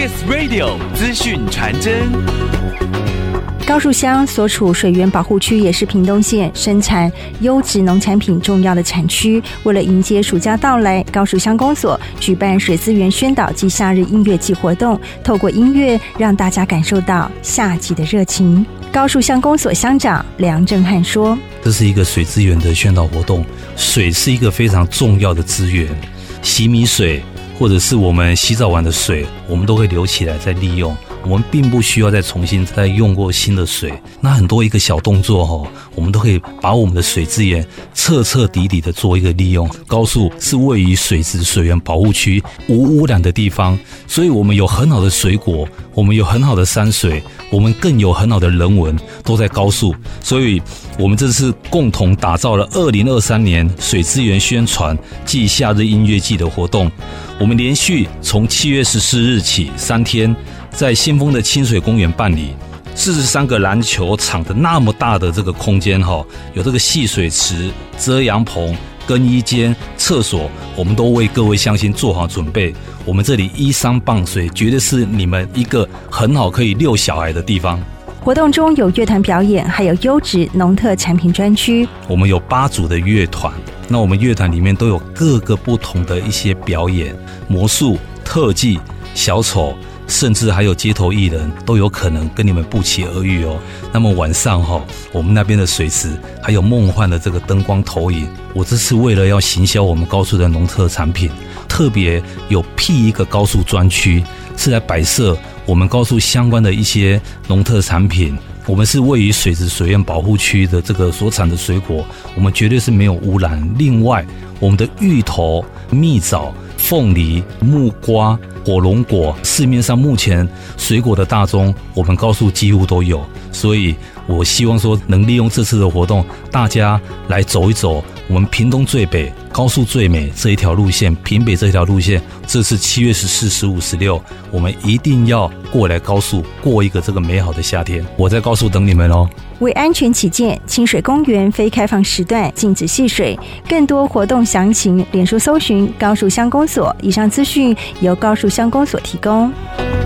Kiss Radio 资讯传真。 高树乡所处水源保护区也是屏东县生产优质农产品重要的产区。为了迎接暑假到来，高树乡公所举办水资源宣导及夏日音乐季活动，透过音乐让大家感受到夏季的热情。高树乡公所乡长梁正汉说：“ 这是一个水资源的宣导活动，水是一个非常重要的资源，洗米水或者是我们洗澡完的水，我们都会留起来再利用。”我们并不需要再重新再用过新的水，那很多一个小动作我们都可以把我们的水资源彻彻底底的做一个利用。高树是位于水质水源保护区无污染的地方，所以我们有很好的水果，我们有很好的山水，我们更有很好的人文，都在高树。所以我们这次共同打造了2023年水资源宣传暨夏日音乐季的活动。我们连续从7月14日起3天在新丰的清水公园办理，43个篮球场的那么大的这个空间有这个戏水池、遮阳棚、更衣间、厕所，我们都为各位乡亲做好准备。我们这里依山傍水，绝对是你们一个很好可以遛小孩的地方。 活动中有乐团表演，还有优质农特产品专区。 我们有8组的乐团，那我们乐团里面都有各个不同的一些表演，魔术、特技、小丑，甚至还有街头艺人都有可能跟你们不期而遇哦。那么晚上我们那边的水池还有梦幻的这个灯光投影。我这次为了要行销我们高树的农特产品，特别有辟一个高树专区，是来摆设我们高树相关的一些农特产品。我们是位于水质水源保护区的这个所产的水果，我们绝对是没有污染。另外，我们的芋头、蜜枣、凤梨、木瓜、火龙果，市面上目前水果的大宗，我们高树几乎都有。所以我希望说能利用这次的活动，大家来走一走我们屏东最北、高树最美这一条路线，屏北这条路线，这是7月14、15、16，我们一定要过来高树过一个这个美好的夏天。我在高树等你们哦。 为安全起见，清水公园非开放时段禁止戏水。更多活动详情，脸书搜寻高树乡公所。以上资讯由高树乡公所提供。